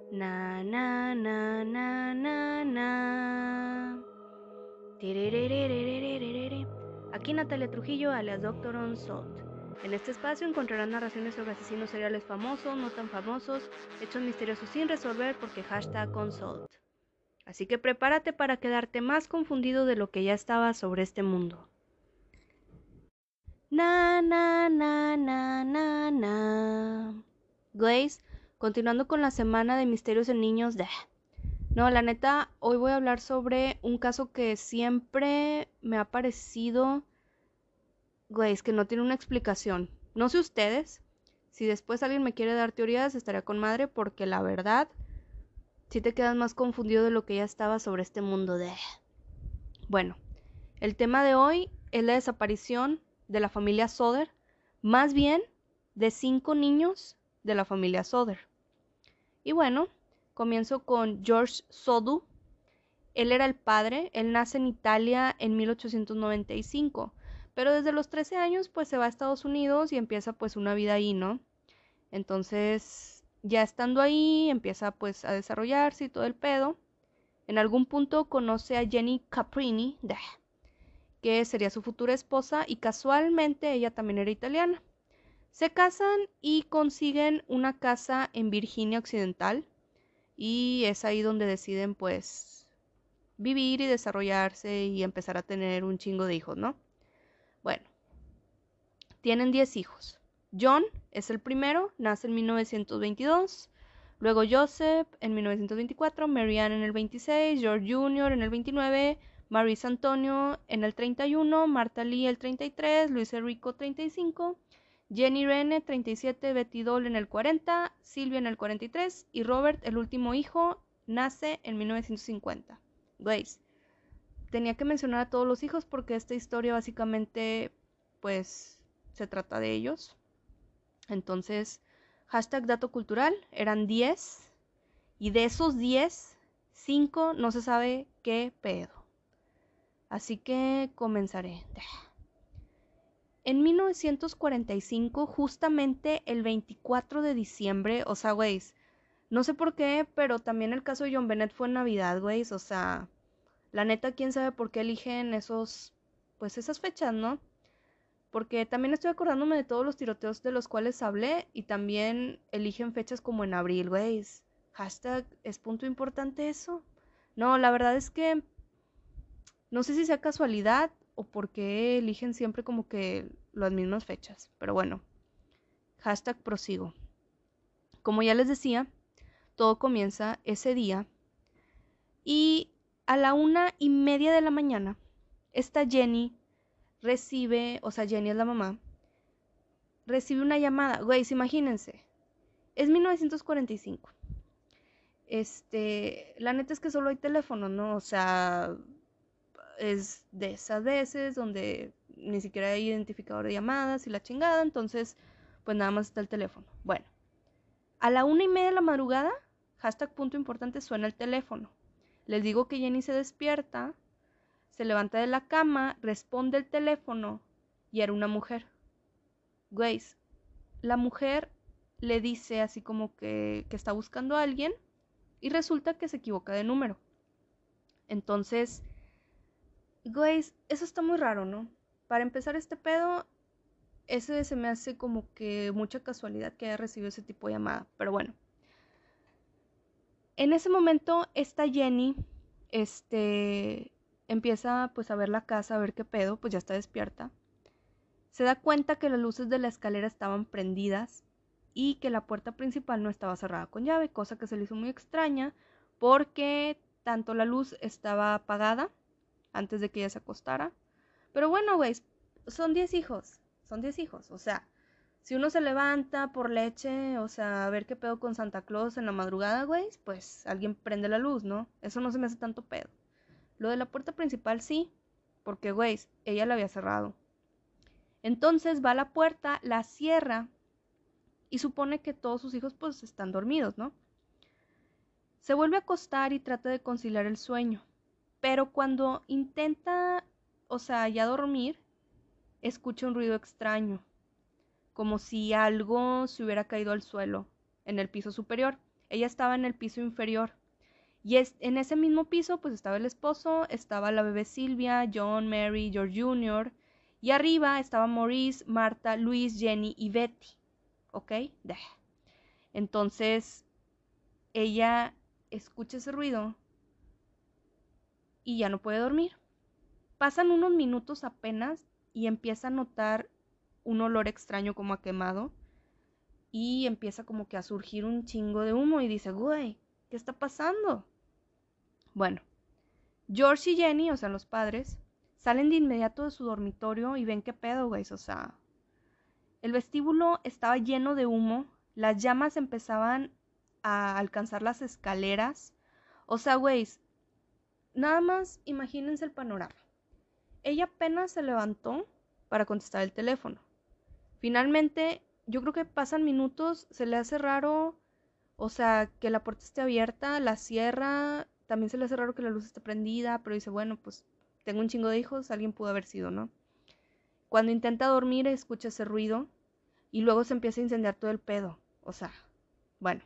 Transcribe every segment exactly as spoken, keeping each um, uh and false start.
Na, na, na, na, na, na. Tiriririririririri. Aquí Natalia Trujillo, alias Doctor Unsolved. En este espacio encontrarán narraciones sobre asesinos seriales famosos, no tan famosos, hechos misteriosos sin resolver porque hashtag Unsolved. Así que prepárate para quedarte más confundido de lo que ya estaba sobre este mundo. Na, na, na, na, na, na. Glaze, continuando con la semana de misterios en niños de... No, la neta, hoy voy a hablar sobre un caso que siempre me ha parecido, Glaze, que no tiene una explicación. No sé ustedes, si después alguien me quiere dar teorías, estaría con madre, porque la verdad, sí te quedas más confundido de lo que ya estaba sobre este mundo de... Bueno, el tema de hoy es la desaparición de la familia Soder, más bien de cinco niños de la familia Soder. Y bueno, comienzo con George Sodu. Él era el padre, él nace en Italia en mil ochocientos noventa y cinco, pero desde los trece años pues se va a Estados Unidos y empieza pues una vida ahí, ¿no? Entonces, ya estando ahí, empieza pues a desarrollarse y todo el pedo. En algún punto conoce a Jenny Caprini, que sería su futura esposa, y casualmente ella también era italiana. Se casan y consiguen una casa en Virginia Occidental, y es ahí donde deciden pues vivir y desarrollarse y empezar a tener un chingo de hijos, ¿no? Bueno, tienen diez hijos. John es el primero, nace en mil novecientos veintidós. Luego Joseph en mil novecientos veinticuatro, Marianne en el veintiséis, George junior en el veintinueve, Maurice Antonio en el treinta y uno, Martha Lee el treinta y tres, Luis Enrico treinta y cinco, Jenny Rene treinta y siete, Betty Doll en el cuarenta, Silvia en el cuarenta y tres y Robert, el último hijo, nace en mil novecientos cincuenta. Grace, tenía que mencionar a todos los hijos porque esta historia básicamente pues se trata de ellos. Entonces, hashtag dato cultural, eran diez y de esos diez, cinco no se sabe qué pedo. Así que comenzaré. En mil novecientos cuarenta y cinco, justamente el veinticuatro de diciembre, o sea, güey, no sé por qué, pero también el caso de John Bennett fue en Navidad, güey, o sea, la neta, quién sabe por qué eligen esos, pues esas fechas, ¿no? Porque también estoy acordándome de todos los tiroteos de los cuales hablé y también eligen fechas como en abril, güey. Hashtag, ¿es punto importante eso? No, la verdad es que no sé si sea casualidad o por qué eligen siempre como que las mismas fechas. Pero bueno, hashtag prosigo. Como ya les decía, todo comienza ese día y a la una y media de la mañana, esta Jenny recibe, o sea, Jenny es la mamá, recibe una llamada. Güey, imagínense, es mil novecientos cuarenta y cinco. Este, la neta es que solo hay teléfono, ¿no? O sea, es de esas veces donde ni siquiera hay identificador de llamadas y la chingada, entonces, pues nada más está el teléfono. Bueno, a la una y media de la madrugada, hashtag punto importante, suena el teléfono. Les digo que Jenny se despierta, se levanta de la cama, responde el teléfono y era una mujer. Güey, la mujer le dice así como que, que está buscando a alguien y resulta que se equivoca de número. Entonces, güey, eso está muy raro, ¿no? Para empezar este pedo, ese se me hace como que mucha casualidad que haya recibido ese tipo de llamada. Pero bueno, en ese momento esta Jenny, este, empieza pues a ver la casa, a ver qué pedo, pues ya está despierta. Se da cuenta que las luces de la escalera estaban prendidas y que la puerta principal no estaba cerrada con llave, cosa que se le hizo muy extraña porque tanto la luz estaba apagada antes de que ella se acostara. Pero bueno, güey, son diez hijos, son diez hijos, o sea, si uno se levanta por leche, o sea, a ver qué pedo con Santa Claus en la madrugada, güey, pues alguien prende la luz, ¿no? Eso no se me hace tanto pedo. Lo de la puerta principal sí, porque, güey, ella la había cerrado. Entonces va a la puerta, la cierra y supone que todos sus hijos pues están dormidos, ¿no? Se vuelve a acostar y trata de conciliar el sueño, pero cuando intenta, o sea, ya dormir, escucha un ruido extraño, como si algo se hubiera caído al suelo en el piso superior. Ella estaba en el piso inferior. Y es, en ese mismo piso pues estaba el esposo, estaba la bebé Silvia, John, Mary, George junior Y arriba estaba Maurice, Marta, Luis, Jenny y Betty. ¿Ok? Entonces ella escucha ese ruido y ya no puede dormir. Pasan unos minutos apenas y empieza a notar un olor extraño como a quemado y empieza como que a surgir un chingo de humo y dice, güey, ¿qué está pasando? Bueno, George y Jenny, o sea, los padres, salen de inmediato de su dormitorio y ven qué pedo, güey, o sea, el vestíbulo estaba lleno de humo, las llamas empezaban a alcanzar las escaleras, o sea, güey, nada más imagínense el panorama. Ella apenas se levantó para contestar el teléfono. Finalmente, yo creo que pasan minutos, se le hace raro, o sea, que la puerta esté abierta, la cierra, también se le hace raro que la luz esté prendida, pero dice, bueno, pues tengo un chingo de hijos, alguien pudo haber sido, ¿no? Cuando intenta dormir, escucha ese ruido y luego se empieza a incendiar todo el pedo, o sea, bueno.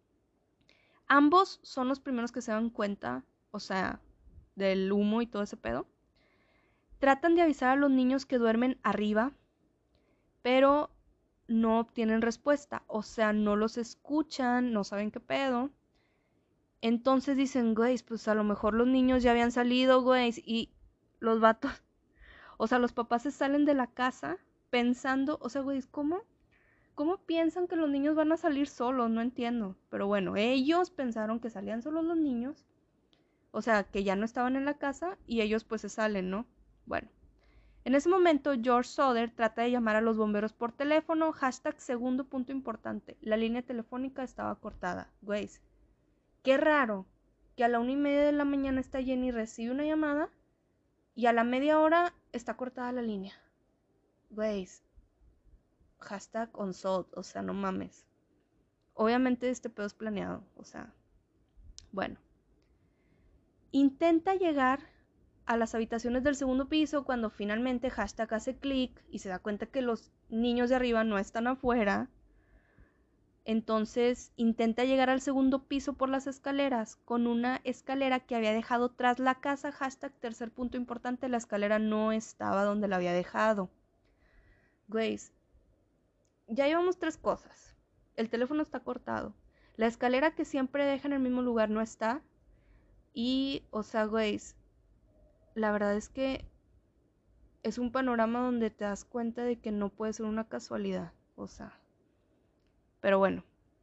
Ambos son los primeros que se dan cuenta, o sea, del humo y todo ese pedo. Tratan de avisar a los niños que duermen arriba, pero no obtienen respuesta, o sea, no los escuchan, no saben qué pedo. Entonces dicen, güey, pues a lo mejor los niños ya habían salido, güey, y los vatos, o sea, los papás se salen de la casa pensando, o sea, güey, ¿cómo? ¿Cómo piensan que los niños van a salir solos? No entiendo. Pero bueno, ellos pensaron que salían solos los niños, o sea, que ya no estaban en la casa y ellos pues se salen, ¿no? Bueno. En ese momento, George Soder trata de llamar a los bomberos por teléfono. Hashtag segundo punto importante. La línea telefónica estaba cortada. Güey, qué raro que a la una y media de la mañana esta Jenny recibe una llamada y a la media hora está cortada la línea. Güey, hashtag unsolved, o sea, no mames. Obviamente este pedo es planeado, o sea, bueno. Intenta llegar a las habitaciones del segundo piso cuando finalmente hashtag hace clic y se da cuenta que los niños de arriba no están afuera. Entonces intenta llegar al segundo piso por las escaleras con una escalera que había dejado tras la casa. Hashtag tercer punto importante, la escalera no estaba donde la había dejado. Güey, ya llevamos tres cosas. El teléfono está cortado. La escalera que siempre deja en el mismo lugar no está. Y, o sea, güey, la verdad es que es un panorama donde te das cuenta de que no puede ser una casualidad, o sea. Pero bueno.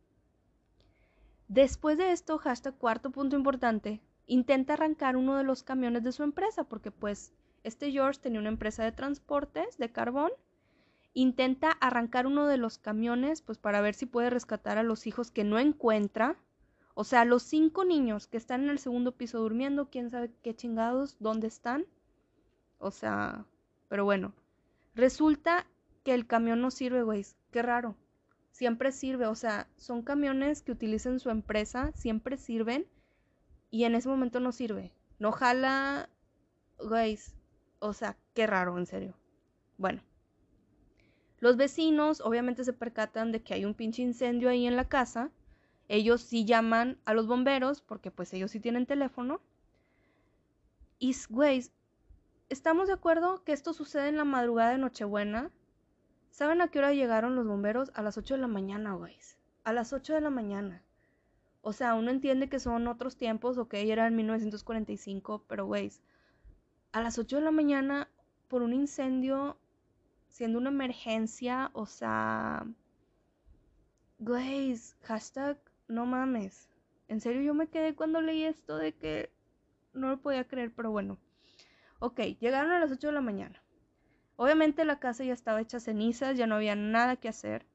Después de esto, hashtag cuarto punto importante, intenta arrancar uno de los camiones de su empresa, porque pues este George tenía una empresa de transportes de carbón. Intenta arrancar uno de los camiones, pues para ver si puede rescatar a los hijos que no encuentra. O sea, los cinco niños que están en el segundo piso durmiendo, quién sabe qué chingados, dónde están. O sea, pero bueno. Resulta que el camión no sirve, güey. Qué raro. Siempre sirve, o sea, son camiones que utilizan su empresa, siempre sirven. Y en ese momento no sirve. No jala, güey. O sea, qué raro, en serio. Bueno. Los vecinos obviamente se percatan de que hay un pinche incendio ahí en la casa. Ellos sí llaman a los bomberos porque pues ellos sí tienen teléfono. Y, güey, ¿estamos de acuerdo que esto sucede en la madrugada de Nochebuena? ¿Saben a qué hora llegaron los bomberos? A las ocho de la mañana, güey. A las ocho de la mañana. O sea, uno entiende que son otros tiempos, ok, era en mil novecientos cuarenta y cinco, pero, güey, a las ocho de la mañana por un incendio, siendo una emergencia, o sea, güey, hashtag no mames. En serio, yo me quedé cuando leí esto de que no lo podía creer, pero bueno. Ok, llegaron a las ocho de la mañana. Obviamente la casa ya estaba hecha cenizas, ya no había nada que hacer.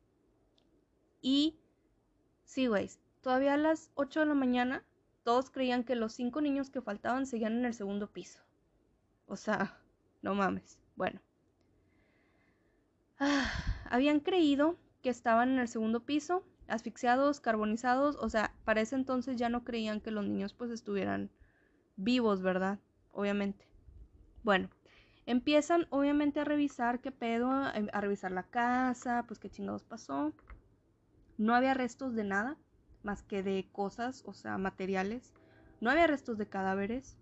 Y sí, güey, todavía a las ocho de la mañana todos creían que los cinco niños que faltaban seguían en el segundo piso. O sea, no mames. Bueno. Ah, habían creído que estaban en el segundo piso, asfixiados, carbonizados. O sea, para ese entonces ya no creían que los niños pues estuvieran vivos, ¿verdad? Obviamente. Bueno, empiezan obviamente a revisar qué pedo, a revisar la casa, pues qué chingados pasó. No había restos de nada. más que de cosas, o sea, materiales. No había restos de cadáveres.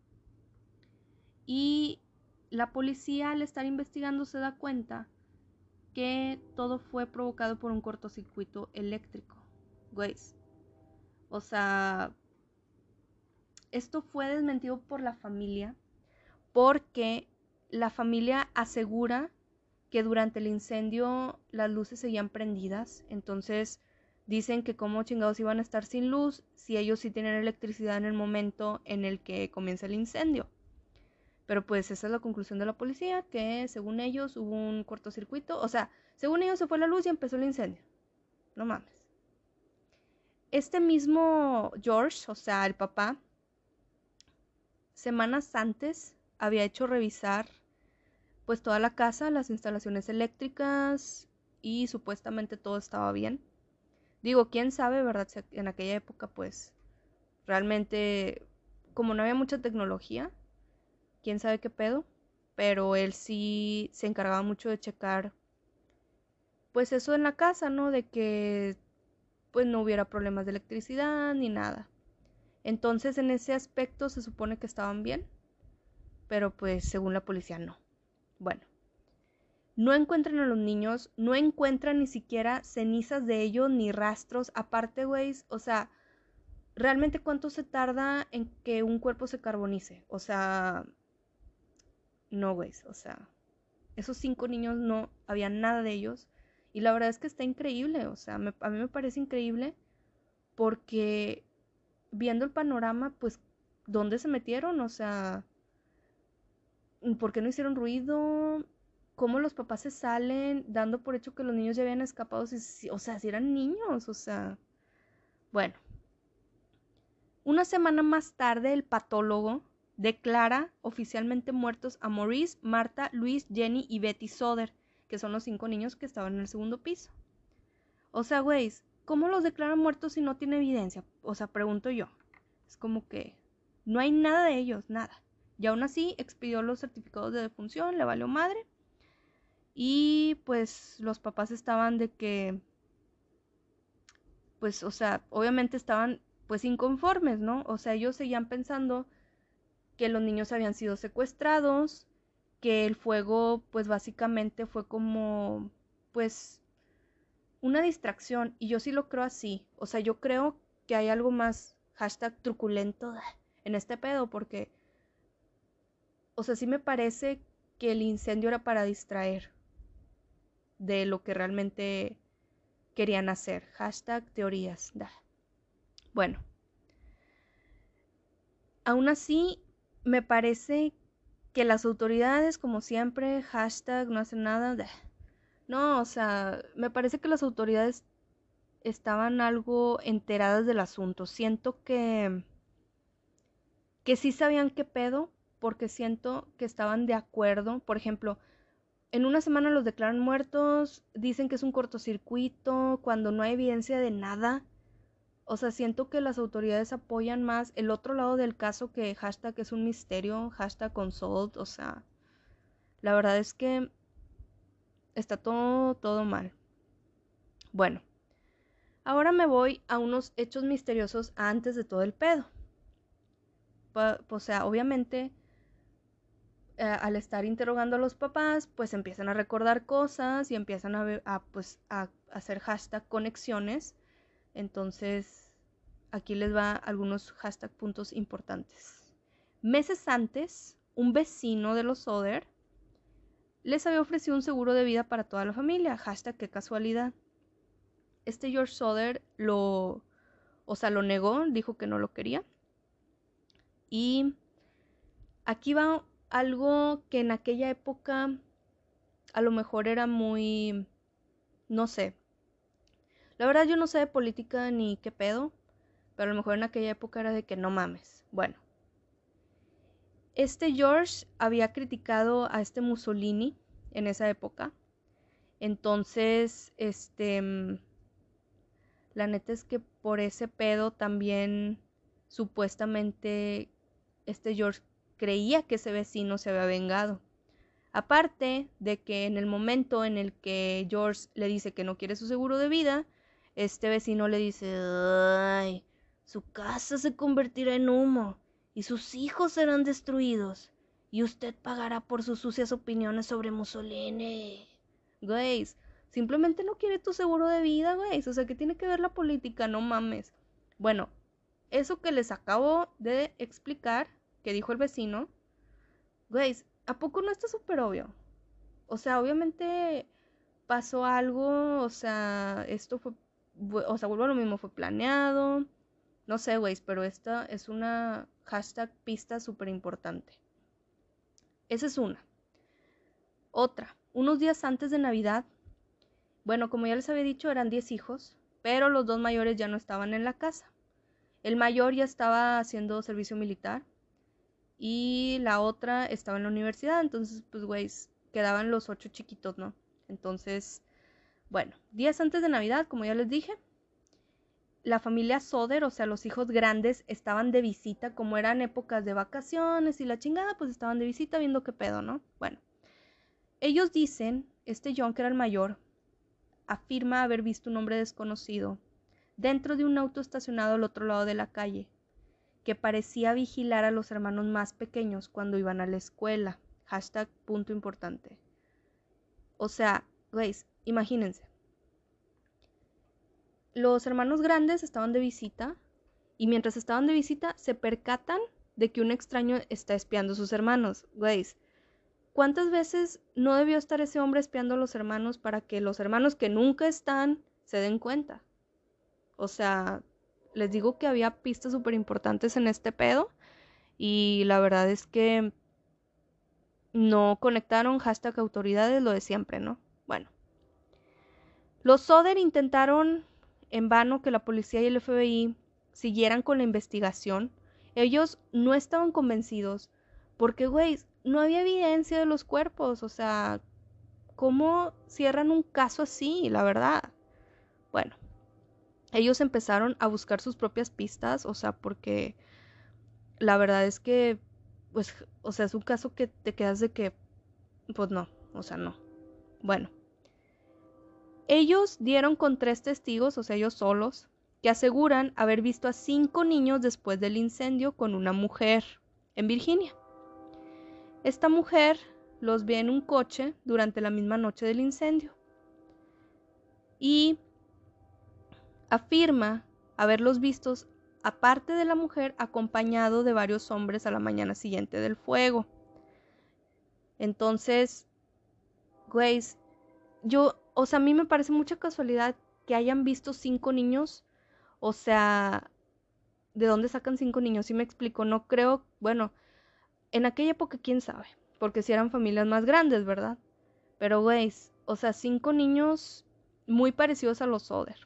Y la policía, al estar investigando, se da cuenta que todo fue provocado por un cortocircuito eléctrico. Güeyes. O sea, esto fue desmentido por la familia porque la familia asegura que durante el incendio las luces seguían prendidas. Entonces dicen que cómo chingados iban a estar sin luz si ellos sí tienen electricidad en el momento en el que comienza el incendio. Pero pues esa es la conclusión de la policía, que según ellos hubo un cortocircuito. O sea, según ellos se fue la luz y empezó el incendio. No mames. Este mismo George, o sea, el papá, semanas antes había hecho revisar pues toda la casa, las instalaciones eléctricas, y supuestamente todo estaba bien. Digo, quién sabe, ¿verdad? En aquella época pues realmente, como no había mucha tecnología, quién sabe qué pedo, pero él sí se encargaba mucho de checar pues eso en la casa, ¿no? De que pues no hubiera problemas de electricidad ni nada. Entonces en ese aspecto se supone que estaban bien, pero pues según la policía no. Bueno, no encuentran a los niños, no encuentran ni siquiera cenizas de ellos ni rastros. Aparte, güey, o sea, ¿realmente cuánto se tarda en que un cuerpo se carbonice? O sea, no, güey, o sea, esos cinco niños no había nada de ellos. Y la verdad es que está increíble, o sea, me, a mí me parece increíble porque viendo el panorama, pues, ¿dónde se metieron? O sea, ¿por qué no hicieron ruido? ¿Cómo los papás se salen dando por hecho que los niños ya habían escapado? Si, o sea, si eran niños, o sea, bueno. Una semana más tarde, el patólogo declara oficialmente muertos a Maurice, Marta, Luis, Jenny y Betty Soder, que son los cinco niños que estaban en el segundo piso. O sea, güey, ¿cómo los declaran muertos si no tiene evidencia? O sea, pregunto yo. Es como que no hay nada de ellos, nada. Y aún así expidió los certificados de defunción, le valió madre. Y pues los papás estaban de que, pues, o sea, obviamente estaban pues inconformes, ¿no? O sea, ellos seguían pensando que los niños habían sido secuestrados, que el fuego pues básicamente fue como pues una distracción, y yo sí lo creo así. O sea, yo creo que hay algo más hashtag truculento en este pedo, porque o sea, sí me parece que el incendio era para distraer de lo que realmente querían hacer. Hashtag teorías. Bueno, aún así me parece que las autoridades, como siempre, hashtag no hacen nada. No, o sea, me parece que las autoridades estaban algo enteradas del asunto. Siento que que sí sabían qué pedo, porque siento que estaban de acuerdo. Por ejemplo, en una semana los declaran muertos, dicen que es un cortocircuito, cuando no hay evidencia de nada. O sea, siento que las autoridades apoyan más el otro lado del caso, que hashtag es un misterio, hashtag consult. O sea, la verdad es que está todo, todo mal. Bueno, ahora me voy a unos hechos misteriosos antes de todo el pedo. O sea, obviamente, eh, al estar interrogando a los papás, pues empiezan a recordar cosas y empiezan a, ver, a, pues, a hacer hashtag conexiones. Entonces, aquí les va algunos hashtag puntos importantes. Meses antes, un vecino de los Soder les había ofrecido un seguro de vida para toda la familia. Hashtag qué casualidad. Este George Soder lo, o sea, lo negó, dijo que no lo quería. Y aquí va algo que en aquella época a lo mejor era muy, no sé. La verdad yo no sé de política ni qué pedo, pero a lo mejor en aquella época era de que no mames. Bueno, este George había criticado a este Mussolini en esa época. Entonces, este, la neta es que por ese pedo también supuestamente este George creía que ese vecino se había vengado. Aparte de que en el momento en el que George le dice que no quiere su seguro de vida, este vecino le dice, ay, su casa se convertirá en humo y sus hijos serán destruidos y usted pagará por sus sucias opiniones sobre Mussolini. Güey, simplemente no quiere tu seguro de vida, güey. O sea, ¿qué tiene que ver la política? No mames. Bueno, eso que les acabo de explicar, que dijo el vecino, güey, ¿a poco no está súper obvio? O sea, obviamente pasó algo, o sea, esto fue, o sea, vuelvo a lo mismo, fue planeado, no sé, güey, pero esta es una hashtag pista súper importante. Esa es una. Otra, unos días antes de Navidad, bueno, como ya les había dicho, eran diez hijos, pero los dos mayores ya no estaban en la casa. El mayor ya estaba haciendo servicio militar y la otra estaba en la universidad, entonces, pues, güey, quedaban los ocho chiquitos, ¿no? Entonces, bueno, días antes de Navidad, como ya les dije, la familia Soder, o sea, los hijos grandes, estaban de visita, como eran épocas de vacaciones y la chingada, pues estaban de visita viendo qué pedo, ¿no? Bueno, ellos dicen, este John, que era el mayor, afirma haber visto un hombre desconocido dentro de un auto estacionado al otro lado de la calle, que parecía vigilar a los hermanos más pequeños cuando iban a la escuela. Hashtag punto importante. O sea, güeyes, imagínense. Los hermanos grandes estaban de visita y mientras estaban de visita se percatan de que un extraño está espiando a sus hermanos. Güeyes, ¿cuántas veces no debió estar ese hombre espiando a los hermanos para que los hermanos que nunca están se den cuenta? O sea, les digo que había pistas súper importantes en este pedo y la verdad es que no conectaron. Hashtag autoridades, lo de siempre, ¿no? Bueno, los Soder intentaron en vano que la policía y el F B I siguieran con la investigación. Ellos no estaban convencidos porque, güey, no había evidencia de los cuerpos. O sea, ¿cómo cierran un caso así? La verdad. Bueno, ellos empezaron a buscar sus propias pistas, o sea, porque la verdad es que, pues, o sea, es un caso que te quedas de que, pues no, o sea, no. Bueno, ellos dieron con tres testigos, o sea, ellos solos, que aseguran haber visto a cinco niños después del incendio con una mujer en Virginia. Esta mujer los ve en un coche durante la misma noche del incendio y afirma haberlos vistos, aparte de la mujer, acompañado de varios hombres a la mañana siguiente del fuego. Entonces, güey, yo, o sea, a mí me parece mucha casualidad que hayan visto cinco niños. O sea, ¿de dónde sacan cinco niños? Sí me explico, no creo, bueno, en aquella época quién sabe, porque si eran familias más grandes, ¿verdad? Pero, güey, o sea, cinco niños muy parecidos a los Soder.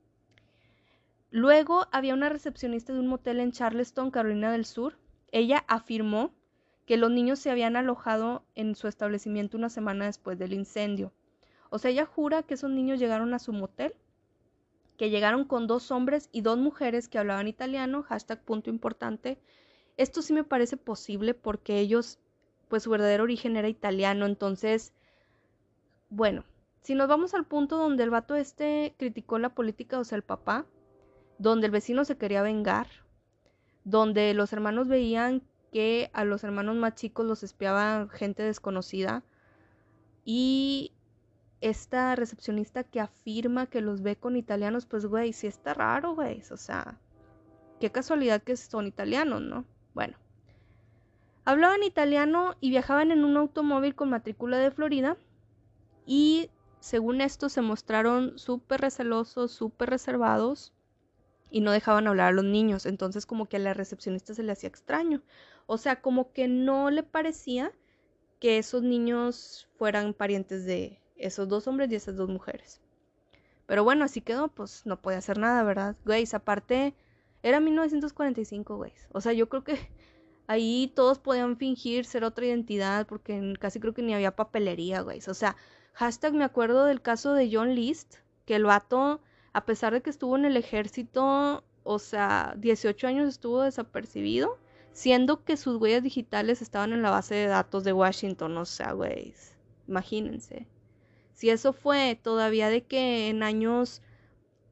Luego había una recepcionista de un motel en Charleston, Carolina del Sur. Ella afirmó que los niños se habían alojado en su establecimiento una semana después del incendio. O sea, ella jura que esos niños llegaron a su motel, que llegaron con dos hombres y dos mujeres que hablaban italiano, hashtag punto importante. Esto sí me parece posible porque ellos, pues su verdadero origen era italiano. Entonces, bueno, si nos vamos al punto donde el vato este criticó la política, o sea, el papá, donde el vecino se quería vengar, donde los hermanos veían que a los hermanos más chicos los espiaba gente desconocida, y esta recepcionista que afirma que los ve con italianos, pues güey, sí está raro, güey, o sea, qué casualidad que son italianos, ¿no? Bueno, hablaban italiano y viajaban en un automóvil con matrícula de Florida y según esto se mostraron súper recelosos, súper reservados y no dejaban hablar a los niños. Entonces como que a la recepcionista se le hacía extraño. O sea, como que no le parecía que esos niños fueran parientes de esos dos hombres y esas dos mujeres. Pero bueno, así quedó, pues no podía hacer nada, ¿verdad? Güey, aparte, era mil novecientos cuarenta y cinco, güey. O sea, yo creo que ahí todos podían fingir ser otra identidad porque casi creo que ni había papelería, güey. O sea, hashtag me acuerdo del caso de John List, que el vato, a pesar de que estuvo en el ejército, o sea, dieciocho años estuvo desapercibido, siendo que sus huellas digitales estaban en la base de datos de Washington. O sea, güey, imagínense. Si eso fue todavía de que en años,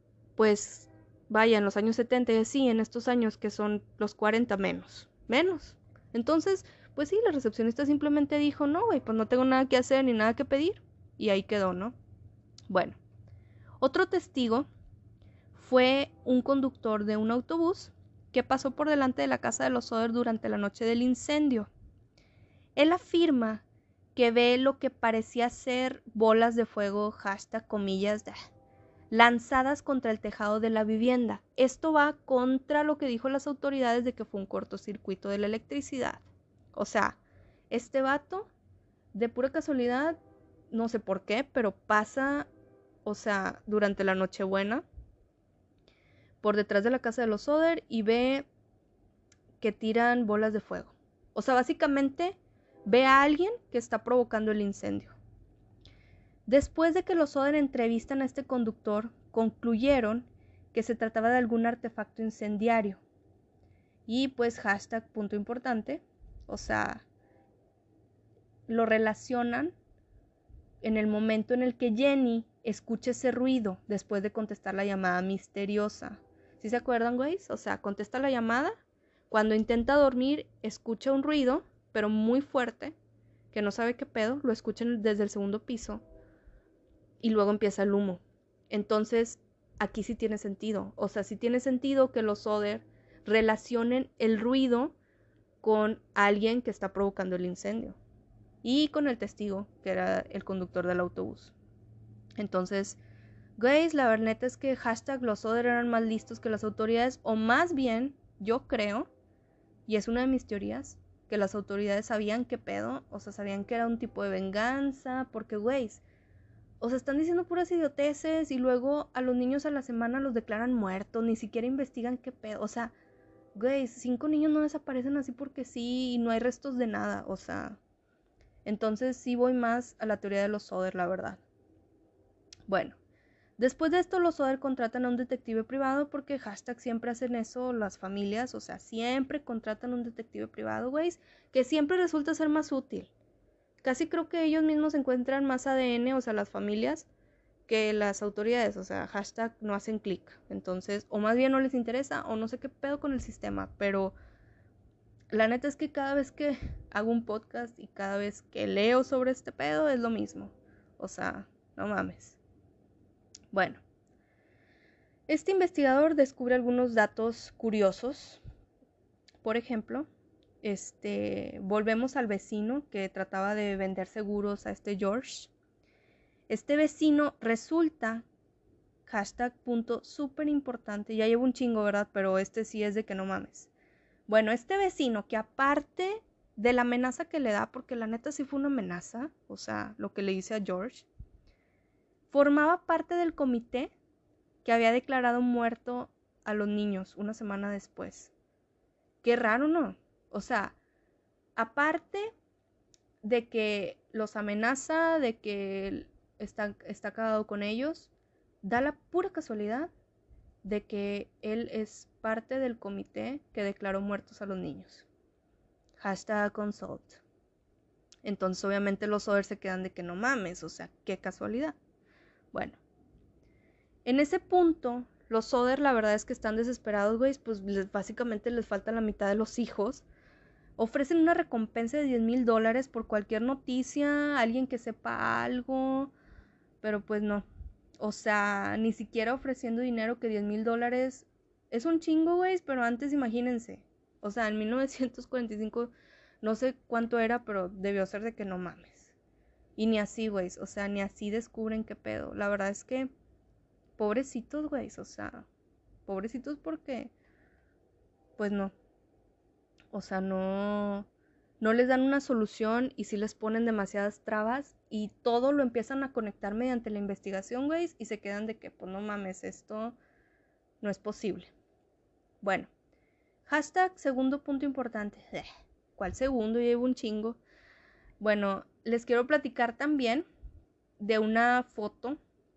pues vaya, en los años setenta y así, en estos años que son los cuarenta menos, menos. Entonces, pues sí, la recepcionista simplemente dijo, no, güey, pues no tengo nada que hacer ni nada que pedir. Y ahí quedó, ¿no? Bueno, otro testigo fue un conductor de un autobús que pasó por delante de la casa de los Soder durante la noche del incendio. Él afirma que ve lo que parecía ser bolas de fuego, hashtag comillas, de, lanzadas contra el tejado de la vivienda. Esto va contra lo que dijo las autoridades de que fue un cortocircuito de la electricidad. O sea, este vato, de pura casualidad, no sé por qué, pero pasa, o sea, durante la Nochebuena, por detrás de la casa de los Soder y ve que tiran bolas de fuego. O sea, básicamente ve a alguien que está provocando el incendio. Después de que los Soder entrevistan a este conductor, concluyeron que se trataba de algún artefacto incendiario. Y pues hashtag punto importante, o sea, lo relacionan en el momento en el que Jenny escucha ese ruido después de contestar la llamada misteriosa. ¿Sí se acuerdan, güeyes? O sea, contesta la llamada, cuando intenta dormir escucha un ruido, pero muy fuerte, que no sabe qué pedo, lo escuchan desde el segundo piso y luego empieza el humo. Entonces, aquí sí tiene sentido. O sea, sí tiene sentido que los Soder relacionen el ruido con alguien que está provocando el incendio y con el testigo, que era el conductor del autobús. Entonces, güeyes, la verdad es que hashtag los Soder eran más listos que las autoridades, o más bien, yo creo, y es una de mis teorías, que las autoridades sabían qué pedo, o sea, sabían que era un tipo de venganza, porque, güeyes, o sea, están diciendo puras idioteces y luego a los niños a la semana los declaran muertos, ni siquiera investigan qué pedo, o sea, güey, cinco niños no desaparecen así porque sí y no hay restos de nada, o sea, entonces sí voy más a la teoría de los Soder, la verdad. Bueno, después de esto los Soder contratan a un detective privado porque hashtag siempre hacen eso las familias, o sea, siempre contratan a un detective privado, güey, que siempre resulta ser más útil. Casi creo que ellos mismos encuentran más A D N, o sea, las familias, que las autoridades, o sea, hashtag no hacen clic. Entonces, o más bien no les interesa, o no sé qué pedo con el sistema, pero la neta es que cada vez que hago un podcast y cada vez que leo sobre este pedo es lo mismo. O sea, no mames. Bueno, este investigador descubre algunos datos curiosos. Por ejemplo, este, volvemos al vecino que trataba de vender seguros a este George. Este vecino resulta, hashtag punto súper importante, ya llevo un chingo, ¿verdad? Pero este sí es de que no mames. Bueno, este vecino que aparte de la amenaza que le da, porque la neta sí fue una amenaza, o sea, lo que le hice a George, formaba parte del comité que había declarado muerto a los niños una semana después. Qué raro, ¿no? O sea, aparte de que los amenaza, de que está, está cagado con ellos, da la pura casualidad de que él es parte del comité que declaró muertos a los niños. Hashtag consult. Entonces obviamente los Soder se quedan de que no mames, o sea, qué casualidad. Bueno, en ese punto, los Soder la verdad es que están desesperados, güey, pues les, básicamente les falta la mitad de los hijos. Ofrecen una recompensa de diez mil dólares por cualquier noticia, alguien que sepa algo, pero pues no. O sea, ni siquiera ofreciendo dinero, que diez mil dólares es un chingo, güey, pero antes imagínense. O sea, en mil novecientos cuarenta y cinco no sé cuánto era, pero debió ser de que no mames. Y ni así, güey, o sea, ni así descubren qué pedo. La verdad es que, pobrecitos, güey, o sea, pobrecitos porque, pues no. O sea, no, no les dan una solución y sí les ponen demasiadas trabas y todo lo empiezan a conectar mediante la investigación, güey, y se quedan de que, pues no mames, esto no es posible. Bueno, hashtag segundo punto importante. ¿Cuál segundo? Yo llevo un chingo. Bueno, les quiero platicar también de una foto.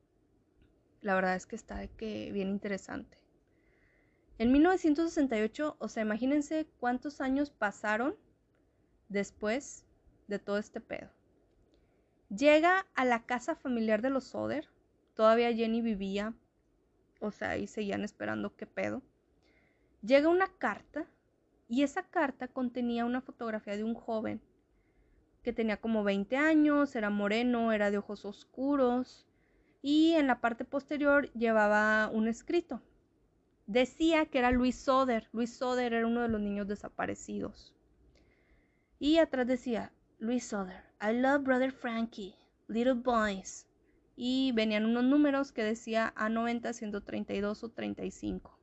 La verdad es que está de que bien interesante. En mil novecientos sesenta y ocho, o sea, imagínense cuántos años pasaron después de todo este pedo. Llega a la casa familiar de los Soder. Todavía Jenny vivía O sea, y seguían esperando qué pedo. Llega una carta y esa carta contenía una fotografía de un joven que tenía como veinte años, era moreno, era de ojos oscuros y en la parte posterior llevaba un escrito. Decía que era Luis Soder. Luis Soder era uno de los niños desaparecidos. Y atrás decía, Luis Soder, I love brother Frankie, little boys. Y venían unos números que decía A noventa, ciento treinta y dos o treinta y cinco.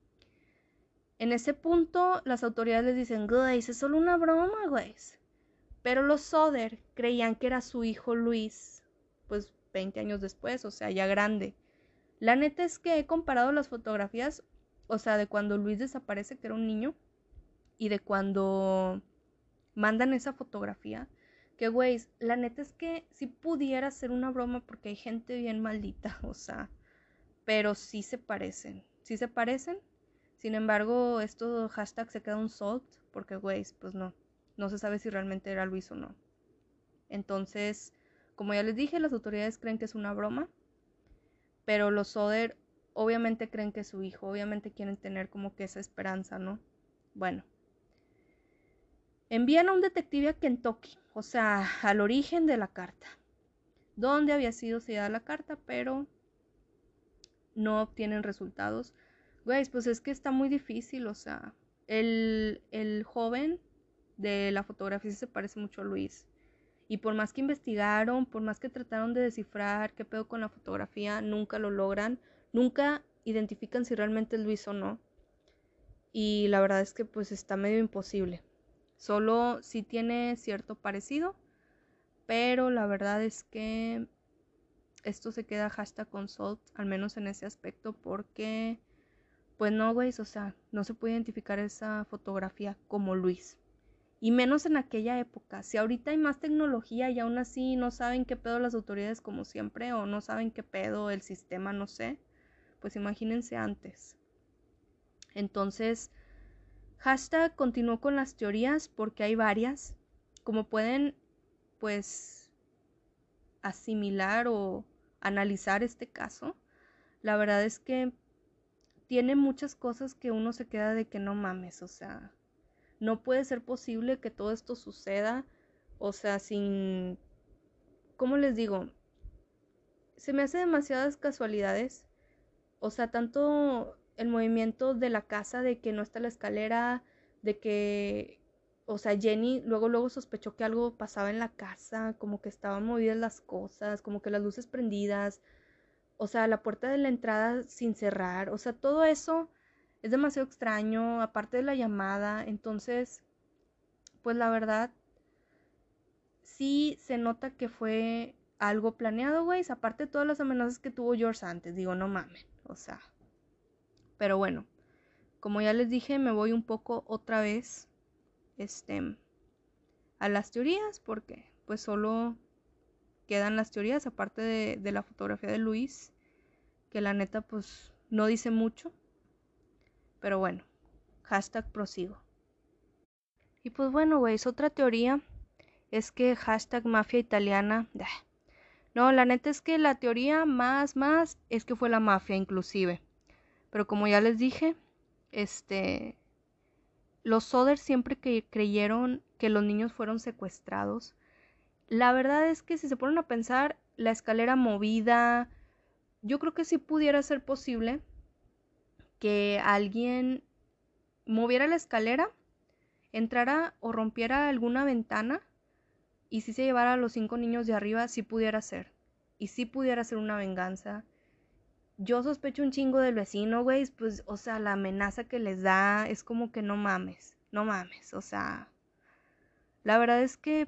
En ese punto, las autoridades les dicen, güey, es solo una broma, güey. Pero los Soder creían que era su hijo Luis, pues veinte años después, o sea, ya grande. La neta es que he comparado las fotografías, o sea, de cuando Luis desaparece, que era un niño, y de cuando mandan esa fotografía, que güey, la neta es que sí pudiera ser una broma porque hay gente bien maldita, o sea, pero sí se parecen, sí se parecen. Sin embargo, esto hashtag se queda un salt, porque güey, pues no, no se sabe si realmente era Luis o no. Entonces, como ya les dije, las autoridades creen que es una broma, pero los Soder obviamente creen que es su hijo, obviamente quieren tener como que esa esperanza, ¿no? Bueno. Envían a un detective a Kentucky, o sea, al origen de la carta, donde había sido sellada la carta, pero no obtienen resultados. Güey, pues es que está muy difícil, o sea, el, el joven de la fotografía se parece mucho a Luis. Y por más que investigaron, por más que trataron de descifrar qué pedo con la fotografía, nunca lo logran, nunca identifican si realmente es Luis o no. Y la verdad es que pues está medio imposible. Solo sí tiene cierto parecido, pero la verdad es que esto se queda hashtag consult, al menos en ese aspecto, porque pues no, güey, o sea, no se puede identificar esa fotografía como Luis. Y menos en aquella época. Si ahorita hay más tecnología y aún así no saben qué pedo las autoridades como siempre, o no saben qué pedo el sistema, no sé, pues imagínense antes. Entonces, hashtag continuó con las teorías porque hay varias. Como pueden, pues, asimilar o analizar este caso, la verdad es que tiene muchas cosas que uno se queda de que no mames, o sea, no puede ser posible que todo esto suceda, o sea, sin, ¿cómo les digo? Se me hace demasiadas casualidades, o sea, tanto el movimiento de la casa, de que no está la escalera, de que, o sea, Jenny luego luego sospechó que algo pasaba en la casa, como que estaban movidas las cosas, como que las luces prendidas, o sea, la puerta de la entrada sin cerrar, o sea, todo eso es demasiado extraño, aparte de la llamada. Entonces, pues la verdad, sí se nota que fue algo planeado, güey, aparte de todas las amenazas que tuvo George antes, digo, no mamen, o sea, pero bueno, como ya les dije, me voy un poco otra vez, este, a las teorías, porque pues solo quedan las teorías, aparte de, de la fotografía de Luis, que la neta pues no dice mucho, pero bueno, hashtag prosigo. Y pues bueno, güey, otra teoría es que hashtag mafia italiana, no, la neta es que la teoría más, más, es que fue la mafia inclusive, pero como ya les dije, este, los Soder siempre que creyeron que los niños fueron secuestrados. La verdad es que si se ponen a pensar, la escalera movida, yo creo que sí pudiera ser posible que alguien moviera la escalera, entrara o rompiera alguna ventana y si se llevara a los cinco niños de arriba, sí pudiera ser. Y sí pudiera ser una venganza. Yo sospecho un chingo del vecino, güey, pues, o sea, la amenaza que les da es como que no mames, no mames, o sea, la verdad es que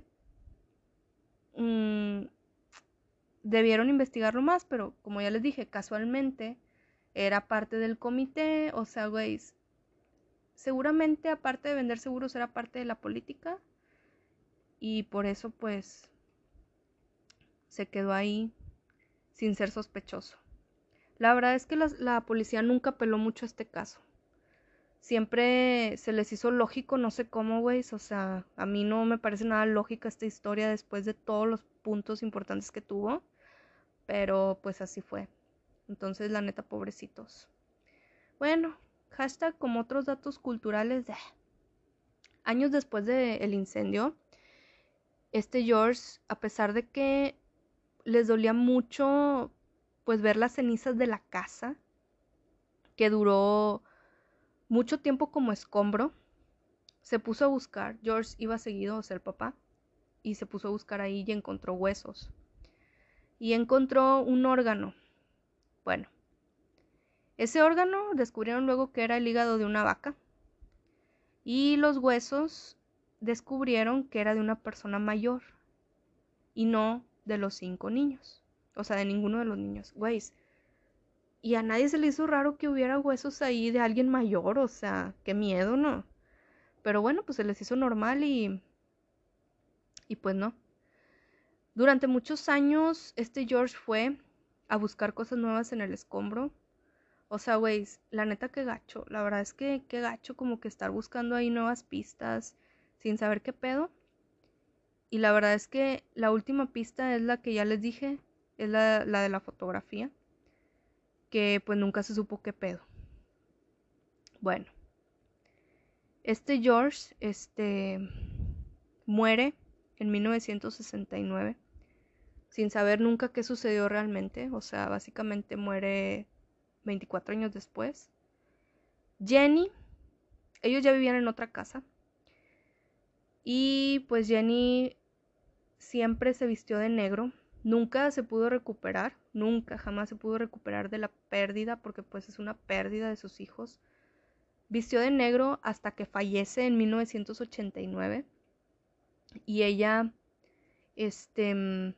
mmm, debieron investigarlo más, pero como ya les dije, casualmente era parte del comité, o sea, güey, seguramente aparte de vender seguros era parte de la política y por eso pues se quedó ahí sin ser sospechoso. La verdad es que la, la policía nunca peló mucho este caso. Siempre se les hizo lógico, no sé cómo, güey, o sea, a mí no me parece nada lógica esta historia después de todos los puntos importantes que tuvo, pero pues así fue. Entonces, la neta, pobrecitos. Bueno, hashtag como otros datos culturales de... Años después del incendio, este George, a pesar de que les dolía mucho pues ver las cenizas de la casa, que duró mucho tiempo como escombro, se puso a buscar. George iba seguido a ser papá y se puso a buscar ahí y encontró huesos. Y encontró un órgano. Bueno, ese órgano descubrieron luego que era el hígado de una vaca. Y los huesos descubrieron que era de una persona mayor y no de los cinco niños. O sea, de ninguno de los niños. Güeyes. Y a nadie se le hizo raro que hubiera huesos ahí de alguien mayor. O sea, qué miedo, ¿no? Pero bueno, pues se les hizo normal y... Y pues no. Durante muchos años, este George fue a buscar cosas nuevas en el escombro. O sea, güeyes, la neta que gacho. La verdad es que qué gacho como que estar buscando ahí nuevas pistas sin saber qué pedo. Y la verdad es que la última pista es la que ya les dije, es la, la de la fotografía, que pues nunca se supo qué pedo. Bueno, este George, este, muere en mil novecientos sesenta y nueve, sin saber nunca qué sucedió realmente, o sea, básicamente muere veinticuatro años después. Jenny, ellos ya vivían en otra casa, y pues Jenny siempre se vistió de negro. Nunca se pudo recuperar, nunca, jamás se pudo recuperar de la pérdida, porque pues es una pérdida de sus hijos. Vistió de negro hasta que fallece en mil novecientos ochenta y nueve. Y ella, este,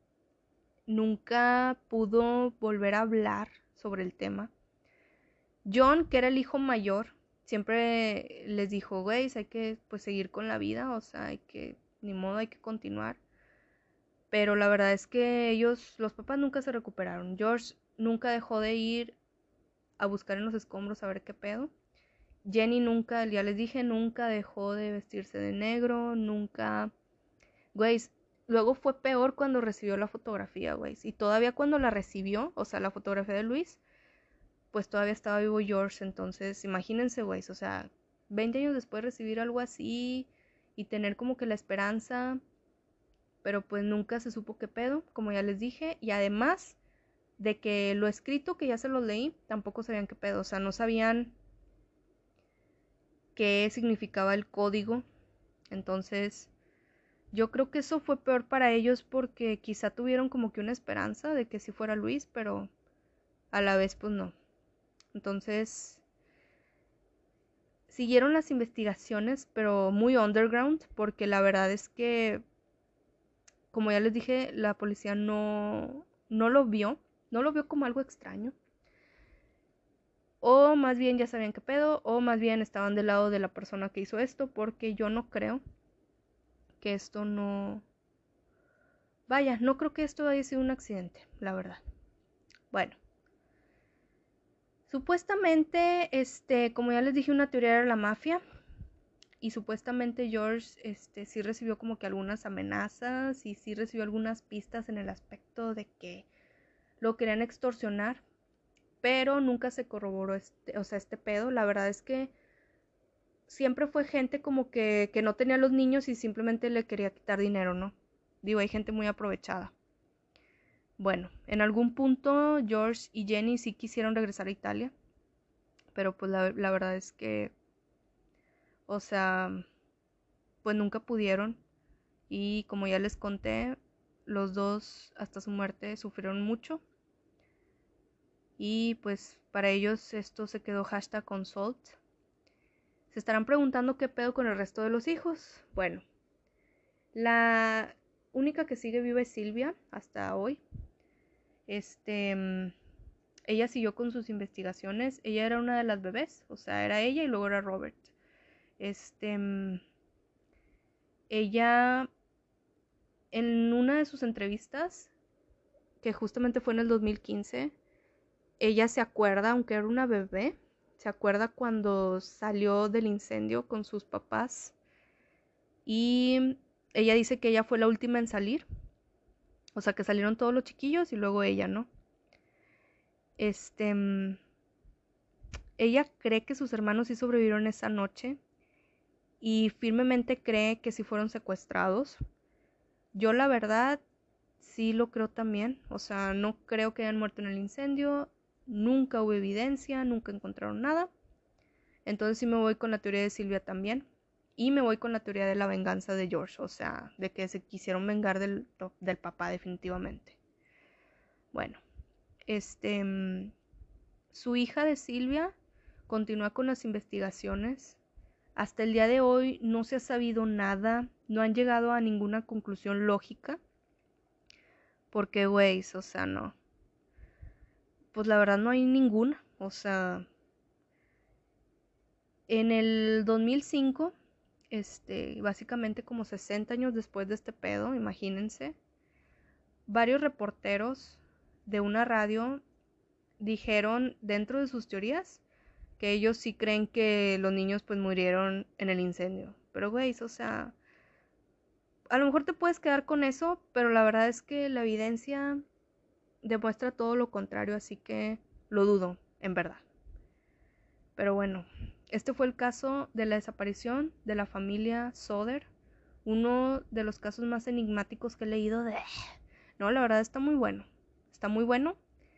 nunca pudo volver a hablar sobre el tema. John, que era el hijo mayor, siempre les dijo, güey, hay que pues seguir con la vida, o sea, hay que, ni modo, hay que continuar. Pero la verdad es que ellos, los papás nunca se recuperaron. George nunca dejó de ir a buscar en los escombros a ver qué pedo. Jenny nunca, ya les dije, nunca dejó de vestirse de negro, nunca... Güey, luego fue peor cuando recibió la fotografía, güey. Y todavía cuando la recibió, o sea, la fotografía de Luis, pues todavía estaba vivo George. Entonces, imagínense, güey, o sea, veinte años después recibir algo así y tener como que la esperanza... Pero pues nunca se supo qué pedo, como ya les dije. Y además de que lo escrito, que ya se los leí, tampoco sabían qué pedo. O sea, no sabían qué significaba el código. Entonces, yo creo que eso fue peor para ellos porque quizá tuvieron como que una esperanza de que sí fuera Luis, pero a la vez pues no. Entonces, siguieron las investigaciones, pero muy underground, porque la verdad es que, como ya les dije, la policía no, no lo vio, no lo vio como algo extraño. O más bien ya sabían qué pedo, o más bien estaban del lado de la persona que hizo esto, porque yo no creo que esto no... Vaya, no creo que esto haya sido un accidente, la verdad. Bueno. Supuestamente, este, como ya les dije, una teoría era la mafia. Y supuestamente George, este, sí recibió como que algunas amenazas y sí recibió algunas pistas en el aspecto de que lo querían extorsionar. Pero nunca se corroboró este, o sea, este pedo. La verdad es que siempre fue gente como que, que no tenía a los niños y simplemente le quería quitar dinero, ¿no? Digo, hay gente muy aprovechada. Bueno, en algún punto George y Jenny sí quisieron regresar a Italia, pero pues la, la verdad es que, o sea, pues nunca pudieron. Y como ya les conté, los dos hasta su muerte sufrieron mucho. Y pues para ellos esto se quedó hashtag consult. Se estarán preguntando qué pedo con el resto de los hijos. Bueno, la única que sigue viva es Silvia hasta hoy. Este, ella siguió con sus investigaciones. Ella era una de las bebés, o sea, era ella y luego era Robert. Este, ella, en una de sus entrevistas, que justamente fue en el dos mil quince, ella se acuerda, aunque era una bebé, se acuerda cuando salió del incendio con sus papás. Y ella dice que ella fue la última en salir. O sea, que salieron todos los chiquillos y luego ella, ¿no? Este, mm, ella cree que sus hermanos sí sobrevivieron esa noche y firmemente cree que sí fueron secuestrados. Yo la verdad sí lo creo también, o sea, no creo que hayan muerto en el incendio, nunca hubo evidencia, nunca encontraron nada. Entonces sí me voy con la teoría de Silvia también. Y me voy con la teoría de la venganza de George, o sea, de que se quisieron vengar del, del papá definitivamente. Bueno, este, mm, su hija de Silvia continúa con las investigaciones. Hasta el día de hoy no se ha sabido nada, no han llegado a ninguna conclusión lógica. Porque, güey, o sea, no. Pues la verdad no hay ninguna, o sea, en el dos mil cinco, este, básicamente como sesenta años después de este pedo, imagínense, varios reporteros de una radio dijeron dentro de sus teorías que ellos sí creen que los niños pues murieron en el incendio. Pero güey, o sea, a lo mejor te puedes quedar con eso, pero la verdad es que la evidencia demuestra todo lo contrario, así que lo dudo, en verdad. Pero bueno, este fue el caso de la desaparición de la familia Soder, uno de los casos más enigmáticos que he leído de... No, la verdad está muy bueno, está muy bueno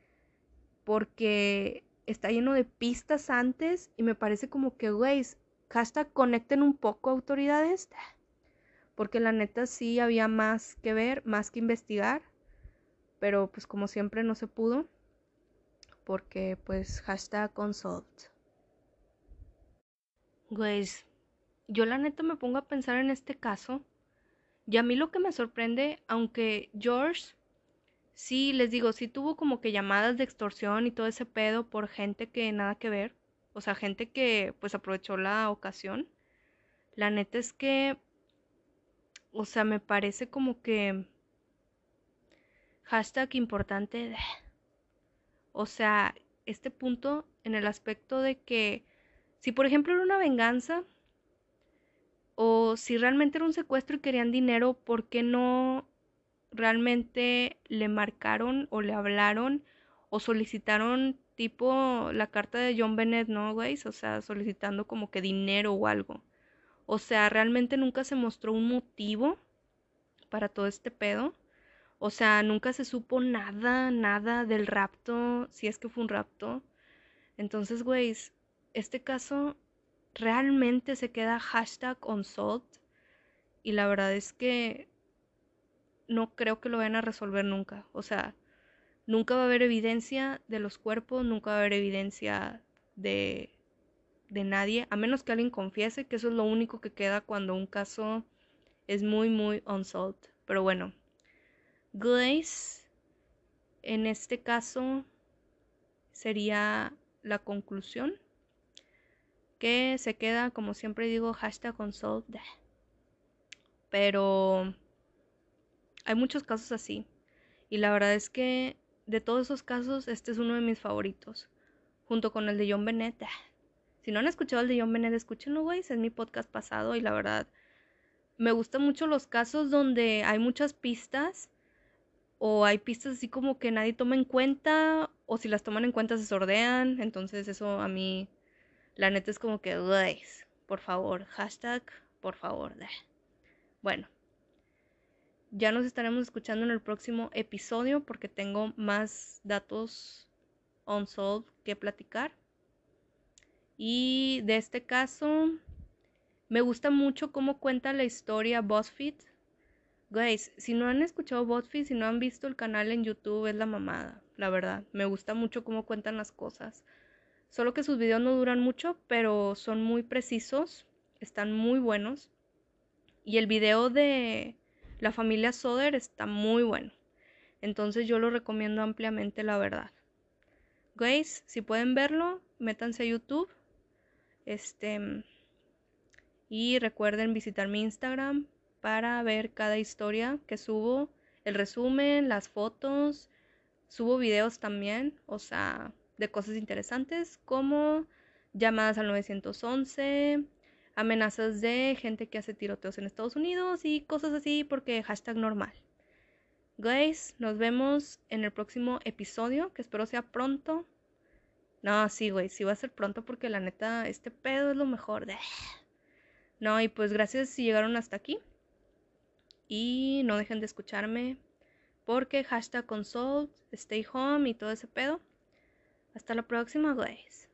porque está lleno de pistas antes y me parece como que, güey, hashtag conecten un poco autoridades, porque la neta sí había más que ver, más que investigar, pero pues como siempre no se pudo, porque pues hashtag unsolved. Güey, yo la neta me pongo a pensar en este caso y a mí lo que me sorprende, aunque George, sí, les digo, sí tuvo como que llamadas de extorsión y todo ese pedo por gente que nada que ver, o sea, gente que pues aprovechó la ocasión. La neta es que, o sea, me parece como que hashtag importante, o sea, este punto en el aspecto de que si por ejemplo era una venganza o si realmente era un secuestro y querían dinero, ¿por qué no realmente le marcaron o le hablaron o solicitaron tipo la carta de John Bennett, ¿no, güey? O sea, solicitando como que dinero o algo. O sea, realmente nunca se mostró un motivo para todo este pedo. O sea, nunca se supo nada, nada del rapto, si es que fue un rapto. Entonces, güey, este caso realmente se queda hashtag unsolved. Y la verdad es que no creo que lo vayan a resolver nunca. O sea, nunca va a haber evidencia de los cuerpos, nunca va a haber evidencia de, de nadie, a menos que alguien confiese, que eso es lo único que queda cuando un caso es muy, muy unsolved. Pero bueno, Glaze, en este caso, sería la conclusión, que se queda, como siempre digo, hashtag unsolved. Pero hay muchos casos así. Y la verdad es que de todos esos casos, este es uno de mis favoritos. Junto con el de John Bennett. Si no han escuchado el de John Bennett, escúchenlo, güey. Es mi podcast pasado y la verdad me gustan mucho los casos donde hay muchas pistas o hay pistas así como que nadie toma en cuenta o si las toman en cuenta se sordean. Entonces eso a mí, la neta es como que, güey, por favor, hashtag, por favor. Bueno, ya nos estaremos escuchando en el próximo episodio porque tengo más datos unsolved que platicar. Y de este caso, me gusta mucho cómo cuenta la historia BuzzFeed. Guys, si no han escuchado BuzzFeed, si no han visto el canal en YouTube, es la mamada, la verdad. Me gusta mucho cómo cuentan las cosas. Solo que sus videos no duran mucho, pero son muy precisos, están muy buenos. Y el video de la familia Soder está muy bueno. Entonces yo lo recomiendo ampliamente, la verdad. Guys, si pueden verlo, métanse a YouTube. Este... Y recuerden visitar mi Instagram para ver cada historia que subo, el resumen, las fotos, subo videos también, o sea, de cosas interesantes como llamadas al nueve once, amenazas de gente que hace tiroteos en Estados Unidos y cosas así porque hashtag normal. Guys, nos vemos en el próximo episodio, que espero sea pronto. No, sí, güey, sí va a ser pronto porque la neta, este pedo es lo mejor. De... No, y pues gracias si llegaron hasta aquí. Y no dejen de escucharme porque hashtag consult, stay home y todo ese pedo. Hasta la próxima, guys.